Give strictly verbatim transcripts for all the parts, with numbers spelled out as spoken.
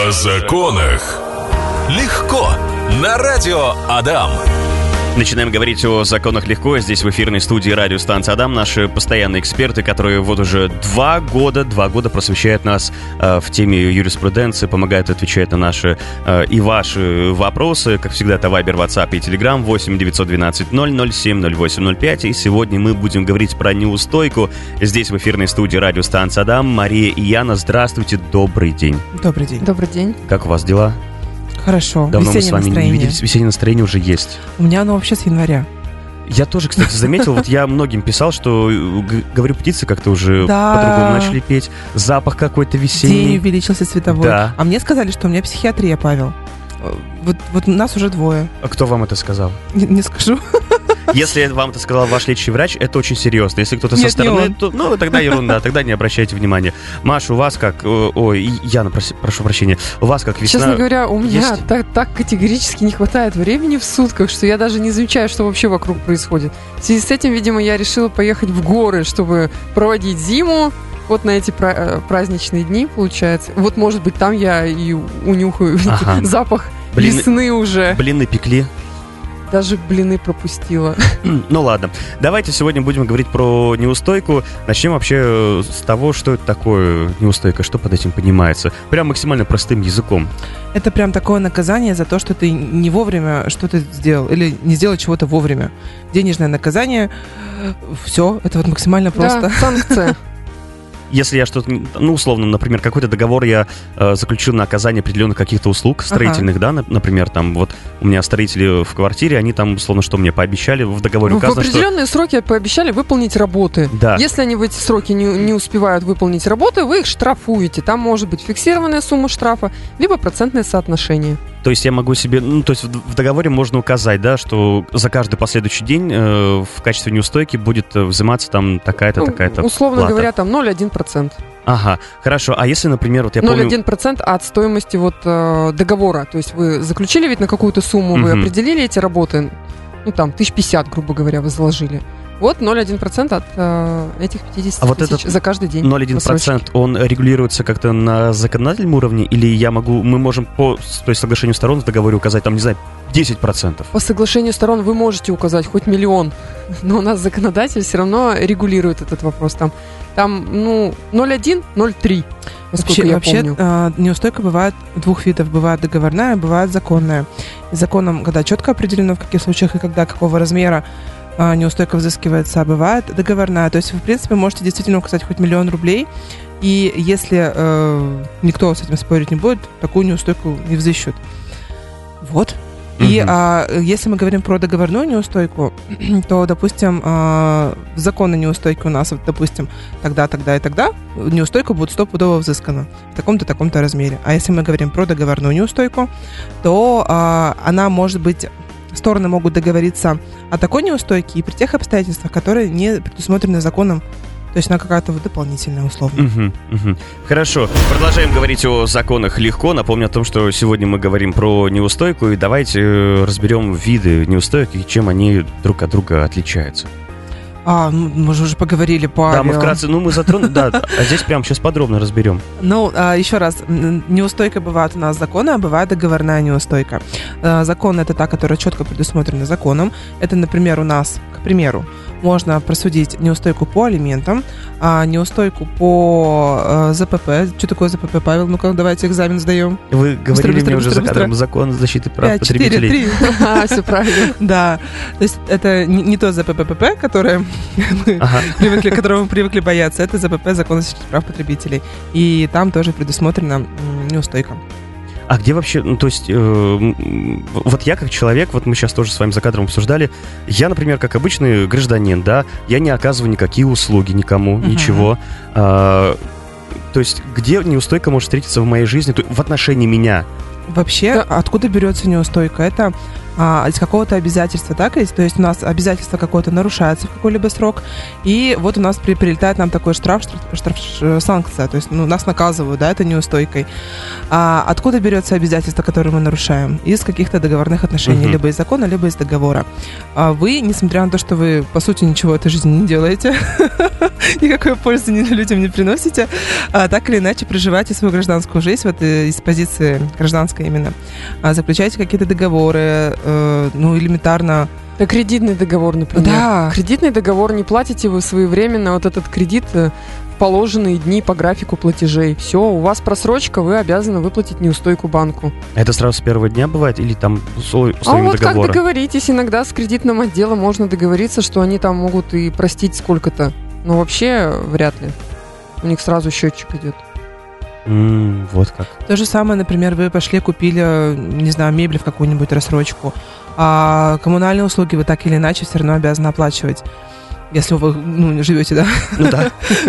О законах легко на радио Адам. Начинаем говорить о законах легко. Здесь в эфирной студии радиостанции Адам наши постоянные эксперты, которые вот уже два года, два года просвещают нас э, в теме юриспруденции, помогают отвечать на наши э, и ваши вопросы. Как всегда, это Viber, WhatsApp и Telegram восемь девятьсот двенадцать ноль ноль семь ноль восемь ноль пять. И сегодня мы будем говорить про неустойку. Здесь в эфирной студии радиостанции Адам Мария и Яна. Здравствуйте, добрый день. Добрый день. Добрый день. Как у вас дела? Хорошо. Давно Весеннее мы с вами настроение. не виделись. Весеннее настроение уже есть. У меня оно вообще с января. Я тоже, кстати, заметил, вот я многим писал, что, г- говорю, птицы как-то уже Да. по-другому начали петь. Запах какой-то весенний. День увеличился световой. Да. А мне сказали, что у меня психиатрия, Павел. Вот, вот нас уже двое. А кто вам это сказал? Не, не скажу. Если вам это сказал ваш лечащий врач, это очень серьезно. Если кто-то Нет, со стороны, не он. то, ну, тогда ерунда, тогда не обращайте внимания. Маша, у вас как... о, Ой, Яна, проси- прошу прощения. У вас как весна... Честно говоря, у меня есть? так, так категорически не хватает времени в сутках, что я даже не замечаю, что вообще вокруг происходит. В связи с этим, видимо, я решила поехать в горы, чтобы проводить зиму. Вот на эти пра- праздничные дни, получается. Вот, может быть, там я и унюхаю Ага. запах Блины- весны уже. Блины пекли. Даже блины пропустила. Ну ладно, давайте сегодня будем говорить про неустойку. Начнем вообще э, с того, что это такое неустойка, что под этим понимается. Прям максимально простым языком. Это прям такое наказание за то, что ты не вовремя что-то сделал. Или не сделал чего-то вовремя. Денежное наказание. Все, это вот максимально просто. Да, санкция. Если я что-то, ну, условно, например, какой-то договор я э, заключил на оказание определенных каких-то услуг строительных, да, на- например, там вот у меня строители в квартире, они там, условно, что мне пообещали, в договоре В указано, что... определенные сроки пообещали выполнить работы. Да. Если они в эти сроки не, не успевают выполнить работы, вы их штрафуете. Там может быть фиксированная сумма штрафа, либо процентное соотношение. То есть я могу себе, ну, то есть в, в договоре можно указать, да, что за каждый последующий день э, в качестве неустойки будет э, взиматься там такая-то, Ну, такая-то условно плата. говоря, там ноль целых один десятых процента. Ага, хорошо. А если, например, вот я ноль помню... целых один десятый процента от стоимости вот э, договора. То есть вы заключили ведь на какую-то сумму, вы Мгм. определили эти работы, ну там, тысяч пятьдесят, грубо говоря, вы заложили. Вот ноль целых один процент от э, этих пятидесяти А вот тысяч этот за каждый день. ноль целых один процент, он регулируется как-то на законодательном уровне, или я могу, мы можем по то есть, соглашению сторон в договоре указать, там, не знаю, десять процентов? По соглашению сторон вы можете указать хоть миллион, но у нас законодатель все равно регулирует этот вопрос. Там, там ну, ноль целых один, ноль целых три, насколько Вообще, я вообще помню. э, неустойка бывает двух видов. Бывает договорная, бывает законная. И законом, когда четко определено, в каких случаях и когда, какого размера э, неустойка взыскивается, а бывает договорная. То есть вы, в принципе, можете действительно указать хоть миллион рублей, и если э, никто с этим спорить не будет, такую неустойку не взыщут. Вот. И Мгм. а, если мы говорим про договорную неустойку, то, допустим, а, в законной неустойке у нас, вот, допустим, тогда, тогда и тогда неустойка будет стопудово взыскана в таком-то, таком-то размере. А если мы говорим про договорную неустойку, то а, она может быть... Стороны могут договориться о такой неустойке и при тех обстоятельствах, которые не предусмотрены законом. То есть она какая-то вот дополнительная условно. Мгм, мгм. Хорошо, продолжаем говорить о законах легко. Напомню о том, что сегодня мы говорим про неустойку, и давайте э, разберем виды неустоек и чем они друг от друга отличаются. А, ну, мы же уже поговорили, Павел. Да, мы вкратце, ну мы затронули, да, а здесь прямо сейчас подробно разберем. Ну, а, еще раз, м, неустойка бывает у нас законы, а бывает договорная неустойка. А, Закон — это та, которая четко предусмотрена законом. Это, например, у нас, к примеру, можно просудить неустойку по алиментам, а неустойку по э, ЗПП. Что такое ЗПП, Павел? Ну-ка, давайте экзамен сдаем. Вы говорили быстро, мне уже за быстро, кадром закон защиты прав пять, четыре, потребителей. три. А, все правильно. Да, то есть это не, не то ЗППП, которое мы Ага. привыкли, которого мы привыкли бояться, это ЗПП, закон о защите прав потребителей. И там тоже предусмотрена м, неустойка. А где вообще, ну, то есть, э, м, вот я как человек, вот мы сейчас тоже с вами за кадром обсуждали, я, например, как обычный гражданин, да, я не оказываю никакие услуги никому, Мгм. ничего. А, то есть, где неустойка может встретиться в моей жизни, то- в отношении меня? Вообще, откуда берется неустойка? Это а, из какого-то обязательства, так? То есть у нас обязательство какое-то нарушается в какой-либо срок, и вот у нас при, прилетает нам такой штраф, штраф, штраф санкция, то есть ну, нас наказывают, да, это неустойкой. А откуда берется обязательство, которое мы нарушаем? Из каких-то договорных отношений, uh-huh. либо из закона, либо из договора. А вы, несмотря на то, что вы, по сути, ничего в этой жизни не делаете, никакой пользы людям не приносите, а так или иначе проживаете свою гражданскую жизнь вот из позиции гражданской именно. А заключаете какие-то договоры, э, ну, элементарно. Да, кредитный договор, например. Да. Кредитный договор, не платите вы своевременно вот этот кредит в положенные дни по графику платежей. Все, у вас просрочка, вы обязаны выплатить неустойку банку. Это сразу с первого дня бывает или там условиями а вот договора? Как договоритесь, иногда с кредитным отделом можно договориться, что они там могут и простить сколько-то. Но вообще вряд ли. У них сразу счетчик идет. Mm, вот как. То же самое, например, вы пошли, купили, не знаю, мебель в какую-нибудь рассрочку, а коммунальные услуги вы так или иначе все равно обязаны оплачивать. Если вы ну, живете, да? Ну да.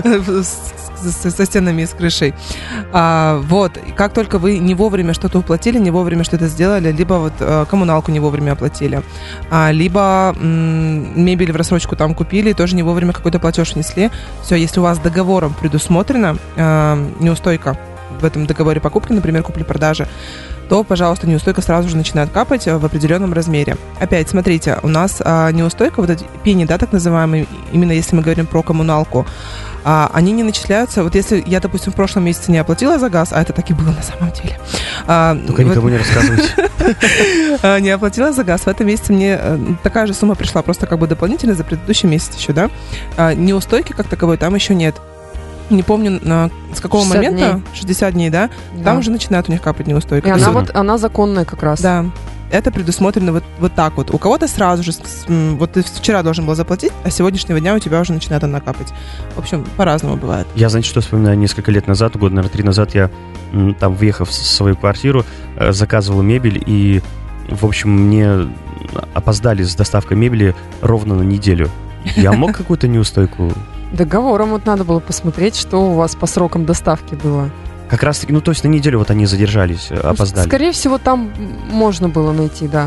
Со стенами и с крышей. А, вот, как только вы не вовремя что-то уплатили, не вовремя что-то сделали, либо вот а, коммуналку не вовремя оплатили, а, либо м, мебель в рассрочку там купили, и тоже не вовремя какой-то платеж внесли. Все, если у вас договором предусмотрена а, неустойка в этом договоре покупки, например, купли-продажи, то, пожалуйста, неустойка сразу же начинает капать в определенном размере. Опять, смотрите, у нас а, неустойка, вот эти пени, да, так называемые, именно если мы говорим про коммуналку, а, они не начисляются. Вот если я, допустим, в прошлом месяце не оплатила за газ, а это так и было на самом деле. А, Только никому вот, не рассказывайте. Не оплатила за газ. В этом месяце мне такая же сумма пришла, просто как бы дополнительно за предыдущий месяц еще, да. А, неустойки как таковой там еще нет. Не помню, на, с какого момента, дней. шестьдесят дней, да, да, там уже начинает у них капать неустойка. И она, вот, она законная как раз. Да, это предусмотрено вот, вот так вот. У кого-то сразу же, вот ты вчера должен был заплатить, а с сегодняшнего дня у тебя уже начинает она капать. В общем, по-разному бывает. Я, знаете, что вспоминаю? Несколько лет назад, год, наверное, три назад, я там, въехав в свою квартиру, заказывал мебель, и, в общем, мне опоздали с доставкой мебели ровно на неделю. Я мог какую-то неустойку... Договором вот надо было посмотреть, что у вас по срокам доставки было. Как раз таки, ну то есть на неделю вот они задержались, опоздали. Скорее всего, там можно было найти, да.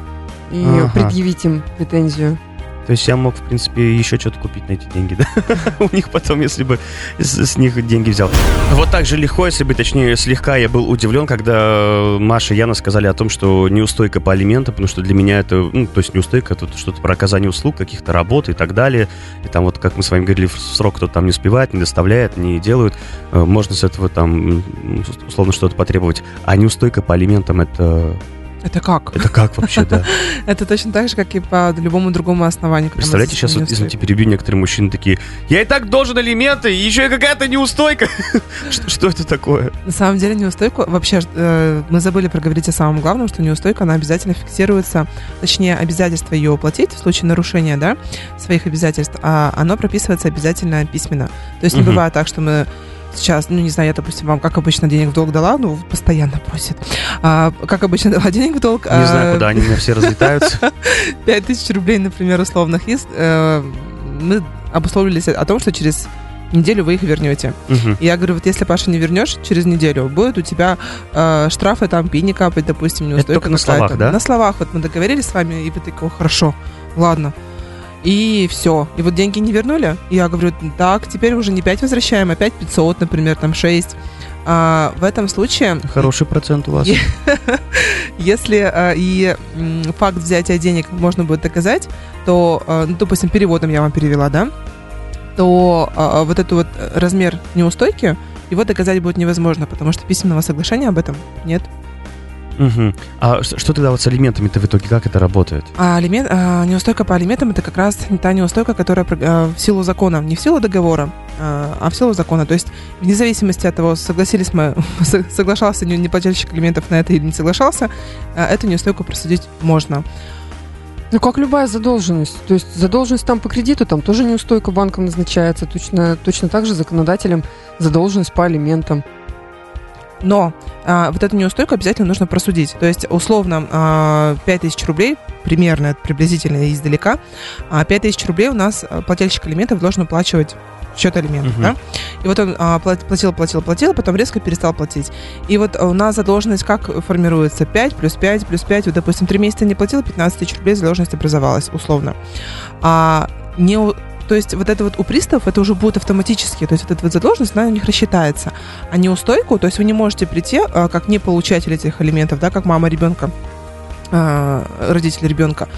И ага. предъявить им претензию. То есть я мог, в принципе, еще что-то купить на эти деньги, да? У них потом, если бы с, с них деньги взял. Вот так же легко, если бы, точнее, слегка я был удивлен, когда Маша и Яна сказали о том, что неустойка по алиментам, потому что для меня это, ну, то есть неустойка, это что-то про оказание услуг, каких-то работ и так далее. И там вот, как мы с вами говорили, в срок кто-то там не успевает, не доставляет, не делают. Можно с этого там, условно, что-то потребовать. А неустойка по алиментам — это... Это как? Это как вообще, да? Это точно так же, как и по любому другому основанию. Представляете, сейчас, вот, извините, перебью, некоторые мужчины такие: я и так должен алименты, и еще и какая-то неустойка. Что это такое? На самом деле неустойку, вообще, мы забыли проговорить о самом главном, что неустойка, она обязательно фиксируется, точнее, обязательство ее уплатить в случае нарушения, да, своих обязательств, а оно прописывается обязательно письменно. То есть не бывает так, что мы сейчас, ну, не знаю, я, допустим, вам, как обычно, денег в долг дала, ну, постоянно просит. А, как обычно, дала денег в долг. Не а... знаю, куда они у меня все разлетаются. Пять тысяч рублей, например, условных есть. Мы обусловились о том, что через неделю вы их вернете. Uh-huh. И я говорю, вот если, Паша, не вернешь через неделю, будет у тебя э, штрафы, там, пени капать, допустим, неустойка. Это только на словах, да? На словах. Вот мы договорились с вами, и вы такие: хорошо, ладно. И все. И вот деньги не вернули. И я говорю: так, теперь уже не пять возвращаем, а пять пятьсот, например, там шесть. А, в этом случае... Хороший процент у вас. Если а, и м, факт взятия денег можно будет доказать, то, а, ну, допустим, переводом я вам перевела, да, то а, вот этот вот размер неустойки, его доказать будет невозможно, потому что письменного соглашения об этом нет. Угу. А что тогда вот с алиментами-то в итоге, как это работает? А, алимент, а, неустойка по алиментам — это как раз та неустойка, которая а, в силу закона, не в силу договора, а, а в силу закона. То есть вне зависимости от того, согласились мы, соглашался неплательщик алиментов на это или не соглашался, а, эту неустойку просудить можно. Ну, как любая задолженность. То есть задолженность там по кредиту, там тоже неустойка банком назначается. Точно, точно так же законодателем задолженность по алиментам. Но а, вот эту неустойку обязательно нужно просудить. То есть, условно, а, пять тысяч рублей, примерно, приблизительно издалека, а, пять тысяч рублей у нас плательщик алиментов должен уплачивать счет алиментов, uh-huh. да? И вот он а, платил, платил, платил, потом резко перестал платить. И вот у нас задолженность как формируется? пять плюс пять плюс пять. Вот, допустим, три месяца не платил, пятнадцать тысяч рублей задолженность образовалась, условно. А не... То есть вот это вот у приставов, это уже будет автоматически, то есть вот эта вот задолженность, она у них рассчитается. А неустойку, то есть вы не можете прийти, как не получатель этих алиментов, да, как мама ребенка, родитель ребенка,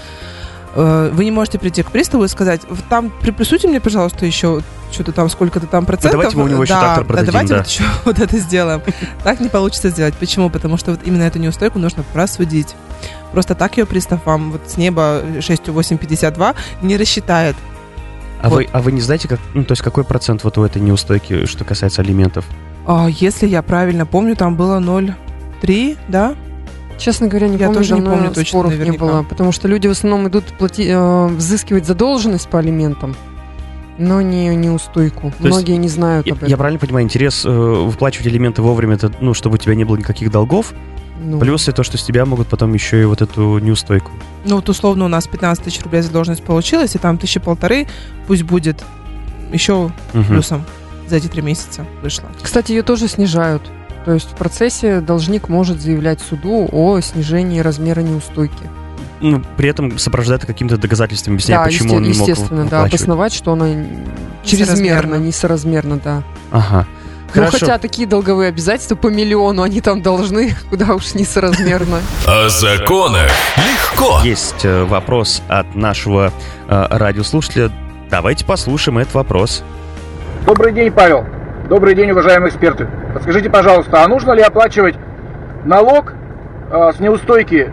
вы не можете прийти к приставу и сказать, там приплюсуйте мне, пожалуйста, еще что-то там, сколько-то там процентов. Давайте мы у него еще да, трактор продадим. Да, давайте да. вот еще вот это сделаем. Так не получится сделать. Почему? Потому что вот именно эту неустойку нужно просудить. Просто так ее пристав вам вот с неба шесть восемь пятьдесят два не рассчитает. А, вот. вы, а вы не знаете, как, ну, то есть какой процент вот у этой неустойки, что касается алиментов? А, если я правильно помню, там было ноль целых три, да? Честно говоря, не я помню, тоже не давно помню точно, споров наверняка. не было, потому что люди в основном идут плати, э, взыскивать задолженность по алиментам, но не неустойку. То Многие не знают я, об этом. Я правильно понимаю, интерес э, выплачивать алименты вовремя, это, ну, чтобы у тебя не было никаких долгов, ну. плюс и то, что с тебя могут потом еще и вот эту неустойку. Ну вот условно у нас пятнадцать тысяч рублей задолженность получилась, и там тысяча полторы, пусть будет еще Угу. плюсом за эти три месяца вышло. Кстати, ее тоже снижают. То есть в процессе должник может заявлять суду о снижении размера неустойки. Ну, при этом сопровождает каким-то доказательством, объясняя, Да, почему он не мог естественно, да, выплачивать. обосновать, что она чрезмерно, несоразмерно, да. Ага. Ну, Хорошо. хотя такие долговые обязательства по миллиону, они там должны, куда уж несоразмерно. О законах легко. Есть э, вопрос от нашего э, радиослушателя. Давайте послушаем этот вопрос. Добрый день, Павел. Добрый день, уважаемые эксперты. Подскажите, пожалуйста, а нужно ли оплачивать налог э, с неустойки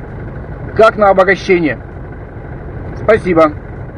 как на обогащение? Спасибо.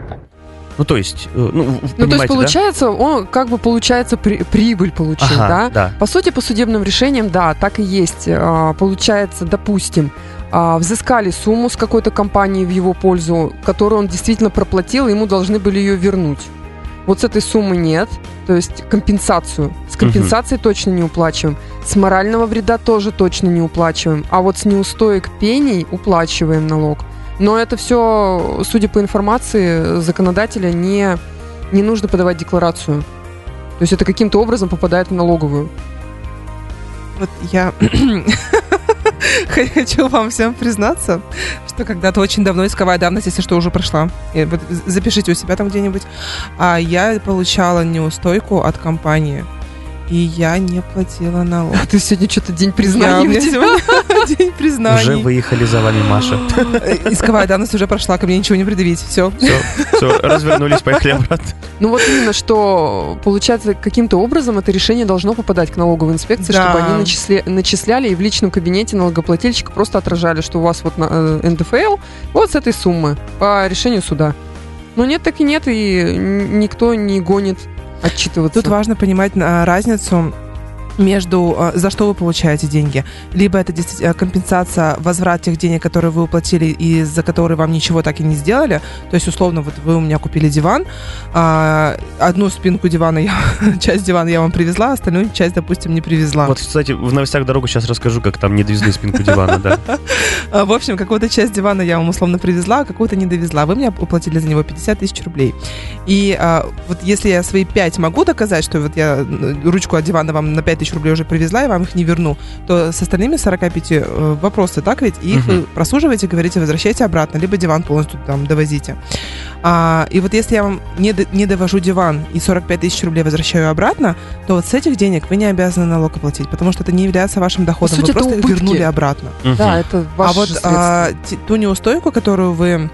Ну, то есть, э, ну, Ну, понимаете, то есть, да? получается, он как бы, получается, при- прибыль получил, Ага, да? да. По сути, по судебным решениям, да, так и есть. А, Получается, допустим, а, взыскали сумму с какой-то компании в его пользу, которую он действительно проплатил, и ему должны были ее вернуть. Вот с этой суммы нет, то есть компенсацию. С компенсацией Мгм. точно не уплачиваем. С морального вреда тоже точно не уплачиваем. А вот с неустоек пений уплачиваем налог. Но это все, судя по информации законодателя, не, не нужно подавать декларацию. То есть это каким-то образом попадает в налоговую. Вот я хочу вам всем признаться, что когда-то очень давно, исковая давность, если что, уже прошла. И вот запишите у себя там где-нибудь. А я получала неустойку от компании, и я не платила налог. А ты сегодня что-то день Я- признания у у меня тебя. сегодня день Уже признаний. выехали за вами, Маша. Исковая давность уже прошла, ко мне ничего не предъявить. Все. Все, все, развернулись, поехали обратно. Ну вот именно, что получается, каким-то образом это решение должно попадать к налоговой инспекции, Да. чтобы они начисли- начисляли и в личном кабинете налогоплательщика просто отражали, что у вас вот на, э, эн дэ эф эл вот с этой суммы по решению суда. Но нет, так и нет, и н- никто не гонит отчитываться. Тут важно понимать а, разницу между, а, за что вы получаете деньги. Либо это действительно компенсация, возврат тех денег, которые вы уплатили и за которые вам ничего так и не сделали. То есть, условно, вот вы у меня купили диван, а, одну спинку дивана, я, часть дивана я вам привезла, остальную часть, допустим, не привезла. Вот, кстати, в новостях дорогу сейчас расскажу, как там не довезли спинку дивана, да. А, В общем, какую-то часть дивана я вам условно привезла, а какую-то не довезла. Вы мне уплатили за него пятьдесят тысяч рублей. И а, вот если я свои пять могу доказать, что вот я м, ручку от дивана вам на пять тысяч рублей уже привезла, и вам их не верну, то с остальными сорока пяти э, вопросы, так ведь? И их Мгм. вы просуживаете, говорите, возвращайте обратно, либо диван полностью там довозите. А, и вот если я вам не, до- не довожу диван и сорок пять тысяч рублей возвращаю обратно, то вот с этих денег вы не обязаны налог оплатить, потому что это не является вашим доходом. сути, Вы это просто их убытки. вернули обратно. Да, Мгм. это ваше А вот а, те- ту неустойку, которую вы,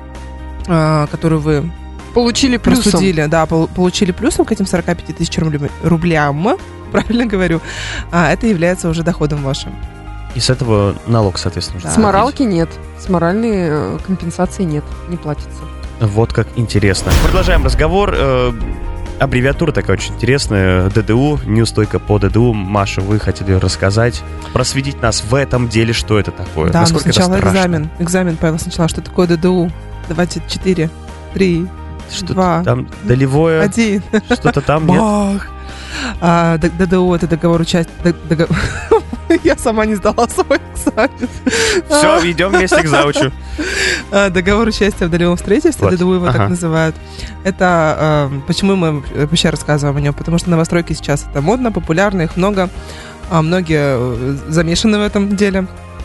а, которую вы получили плюсом. просудили, да, пол- получили плюсом к этим сорока пяти тысячам рублям, рублям, правильно говорю, а, это является уже доходом вашим. И с этого налог, соответственно. Да. С моралки нет, с моральной э, компенсации нет, не платится. Вот как интересно. Продолжаем разговор. Э, Аббревиатура такая очень интересная. дэ дэ у, неустойка по дэ дэ у. Маша, вы хотели рассказать, просветить нас в этом деле, что это такое? Да, но Насколько это сначала страшно? экзамен. Экзамен, Павел, сначала, что такое дэ дэ у? Давайте четыре, три, Что-то два, там долевое, один. что-то там нет. Бах! А, д- дэ дэ у это договор участия. Я сама не сдала свой экзамен. Все, идем вместе к заучу. Договор участия в долевом строительстве, Вот. ДДУ его Ага. так называют. Это э, почему мы вообще рассказываем о нем? Потому что новостройки сейчас это модно, популярно, их много, а многие э, замешаны в этом деле.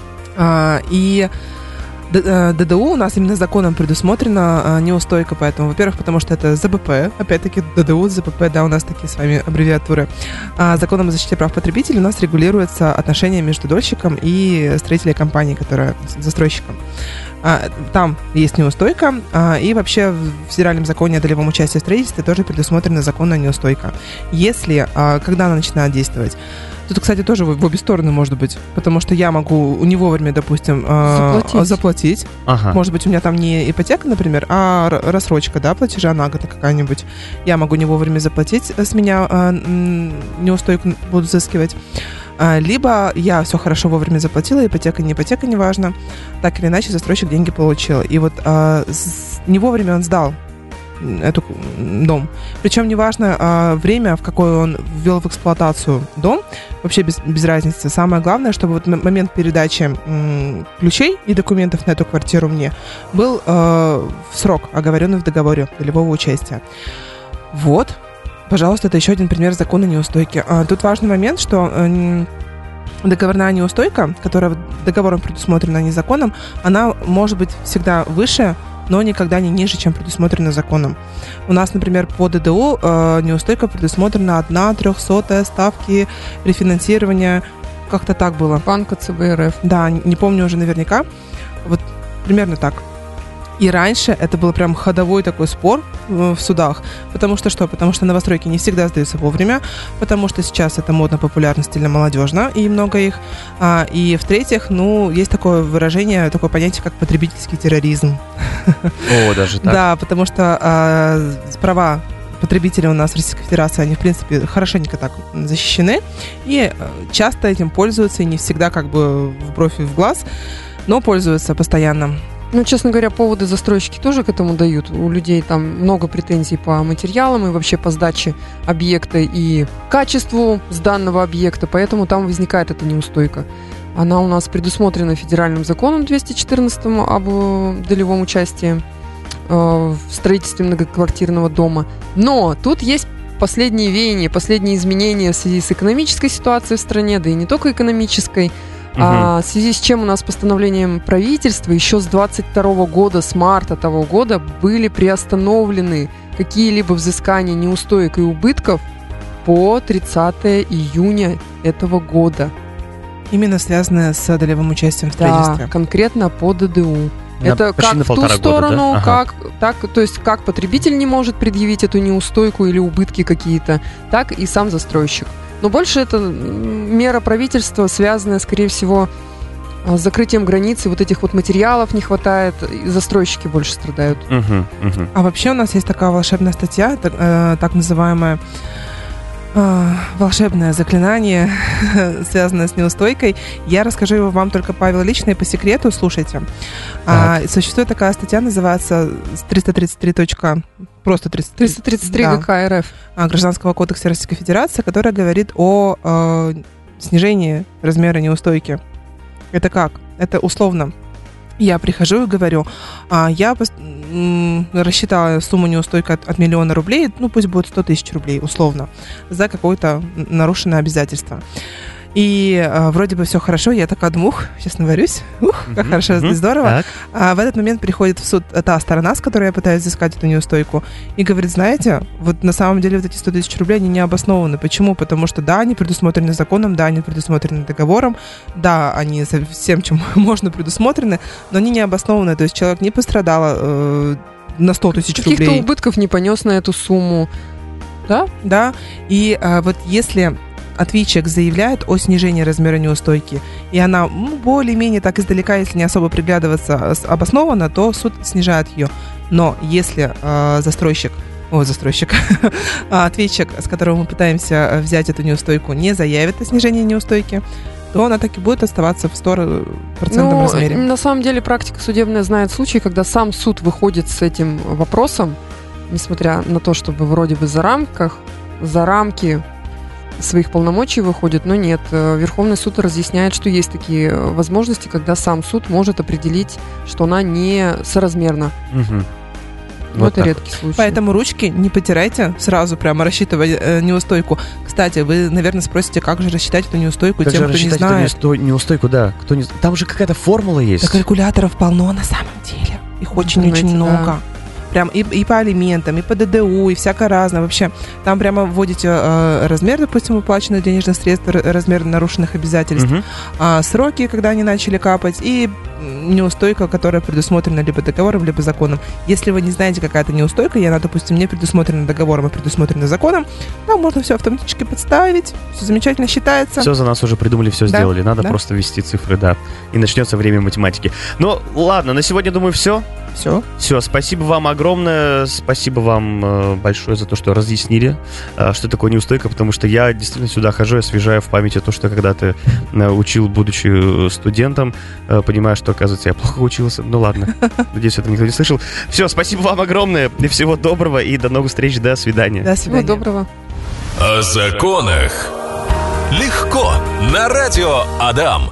А, и Д- э, ДДУ у нас именно законом предусмотрена э, неустойка, поэтому, во-первых, потому что это ЗБП, опять-таки ДДУ, ЗБП, да, у нас такие с вами аббревиатуры. А законом о защите прав потребителей у нас регулируется отношения между дольщиком и строительной компанией, которая застройщиком. А, там есть неустойка, а, и вообще в федеральном законе о долевом участии в строительстве тоже предусмотрена законная неустойка. Если, а, когда она начинает действовать? Тут, кстати, тоже в в обе стороны может быть, потому что я могу не вовремя, допустим, а, Заплатить. заплатить. Ага. Может быть, у меня там не ипотека, например, а р- рассрочка, да, платежа на год какая-нибудь. Я могу не вовремя заплатить, с меня а, м, неустойку будут взыскивать. А, либо я все хорошо вовремя заплатила, ипотека, не ипотека, неважно. Так или иначе, застройщик деньги получил. И вот а, с- не вовремя он сдал эту м, дом. Причем неважно а, время, в какое он ввел в эксплуатацию дом, вообще без, без разницы. Самое главное, чтобы вот м- момент передачи м, ключей и документов на эту квартиру мне был э, в срок, оговоренный в договоре долевого участия. Вот, пожалуйста, это еще один пример закона неустойки. А, тут важный момент, что э, договорная неустойка, которая договором предусмотрена, а не законом, она может быть всегда выше, но никогда не ниже, чем предусмотрено законом. У нас, например, по ДДУ э, неустойка предусмотрена одна трехсотая ставки рефинансирования. Как-то так было. Банка ЦБ РФ. Да, не помню уже наверняка. Вот примерно так. И раньше это был прям ходовой такой спор э, в судах. Потому что что? Потому что новостройки не всегда сдаются вовремя. Потому что сейчас это модно, популярно, стильно, молодежно. И много их. А, и в-третьих, ну, есть такое выражение, такое понятие, как потребительский терроризм. О, даже так. Да, потому что а, права потребителей у нас в Российской Федерации, они, в принципе, хорошенько так защищены. И э, часто этим пользуются, и не всегда как бы в бровь и в глаз, но пользуются постоянно. Ну, честно говоря, поводы застройщики тоже к этому дают. У людей там много претензий по материалам и вообще по сдаче объекта и качеству сданного объекта, поэтому там возникает эта неустойка. Она у нас предусмотрена федеральным законом двести четырнадцатым об э, долевом участии э, в строительстве многоквартирного дома. Но тут есть последние веяния, последние изменения в связи с экономической ситуацией в стране, да и не только экономической. А, в связи с чем у нас постановлением правительства еще с двадцать второго года, с марта того года, были приостановлены какие-либо взыскания неустоек и убытков по тридцатого июня этого года. Именно связанное с долевым участием в Да, строительстве. конкретно по ДДУ. На- Это почти как на в ту полтора года, сторону, да? Ага. как, так, то есть как потребитель не может предъявить эту неустойку или убытки какие-то, так и сам застройщик. Но больше это м, мера правительства, связанная, скорее всего, с закрытием границ, и вот этих вот материалов не хватает, и застройщики больше страдают. Мгм, мгм. А вообще у нас есть такая волшебная статья, так, э, так называемая э, волшебное заклинание, связанное с неустойкой. Я расскажу его вам только, Павел, лично и по секрету, слушайте. А, существует такая статья, называется триста тридцать три. Просто тридцать три. триста тридцать три Да. ГК РФ. а, Гражданского кодекса Российской Федерации, которая говорит о э, снижении размера неустойки. Это как? Это условно. Я прихожу и говорю, а, я пос- м, рассчитала сумму неустойки от, от миллиона рублей, ну пусть будет сто тысяч рублей, условно, за какое-то н- нарушенное обязательство. И а, вроде бы все хорошо, я такая думаю, ух, сейчас наварюсь, ух, как Мгм, хорошо, мгм. здорово. Так. А в этот момент приходит в суд та сторона, с которой я пытаюсь взыскать эту неустойку, и говорит, знаете, вот на самом деле вот эти сто тысяч рублей, они не обоснованы. Почему? Потому что да, они предусмотрены законом, да, они предусмотрены договором, да, они со всем, чем можно предусмотрены, но они не обоснованы. То есть человек не пострадал э, на сто тысяч Каких-то рублей. убытков не понес на эту сумму. Да? Да, и а, вот если ответчик заявляет о снижении размера неустойки, и она ну, более-менее так издалека, если не особо приглядываться, с- обоснована, то суд снижает ее. Но если а, застройщик, о, застройщик, а, ответчик, с которого мы пытаемся а, взять эту неустойку, не заявит о снижении неустойки, то она так и будет оставаться в сто процентов Ну, размере. на самом деле практика судебная знает случаи, когда сам суд выходит с этим вопросом, несмотря на то, чтобы вроде бы за рамках, за рамки своих полномочий выходит, но нет. Верховный суд разъясняет, что есть такие возможности, когда сам суд может определить, что она не соразмерна. Угу. Но Вот это так. редкий случай. Поэтому ручки не потирайте сразу, прямо рассчитывая э, неустойку. Кстати, вы, наверное, спросите, как же рассчитать эту неустойку Как тем, же кто не рассчитать эту знает. неустой- неустойку, да. Кто не... Там же какая-то формула есть. Да калькуляторов полно на самом деле. Их В очень-очень интернете, много. да. Прям и, и по алиментам, и по ДДУ, и всякое разное. Вообще, там прямо вводите э, размер, допустим, уплаченных денежных средств, р- размер нарушенных обязательств, Мгм. а, сроки, когда они начали капать, и м, неустойка, которая предусмотрена либо договором, либо законом. Если вы не знаете, какая-то неустойка, и она, допустим, не предусмотрена договором, а предусмотрена законом, там можно все автоматически подставить, все замечательно считается. Все за нас уже придумали, все Да, сделали. Надо да. просто ввести цифры, да. И начнется время математики. Ну, ладно, на сегодня, думаю, все. Все. Все, спасибо вам огромное, спасибо вам э, большое за то, что разъяснили, э, что такое неустойка, потому что я действительно сюда хожу и освежаю в памяти то, что когда-то э, учил, будучи э, студентом, э, понимаю, что, оказывается, я плохо учился. Ну ладно, надеюсь, этого никто не слышал. Все, спасибо вам огромное, и всего доброго, и до новых встреч, до свидания. До Всего свидания. доброго. О законах легко на радио Адам.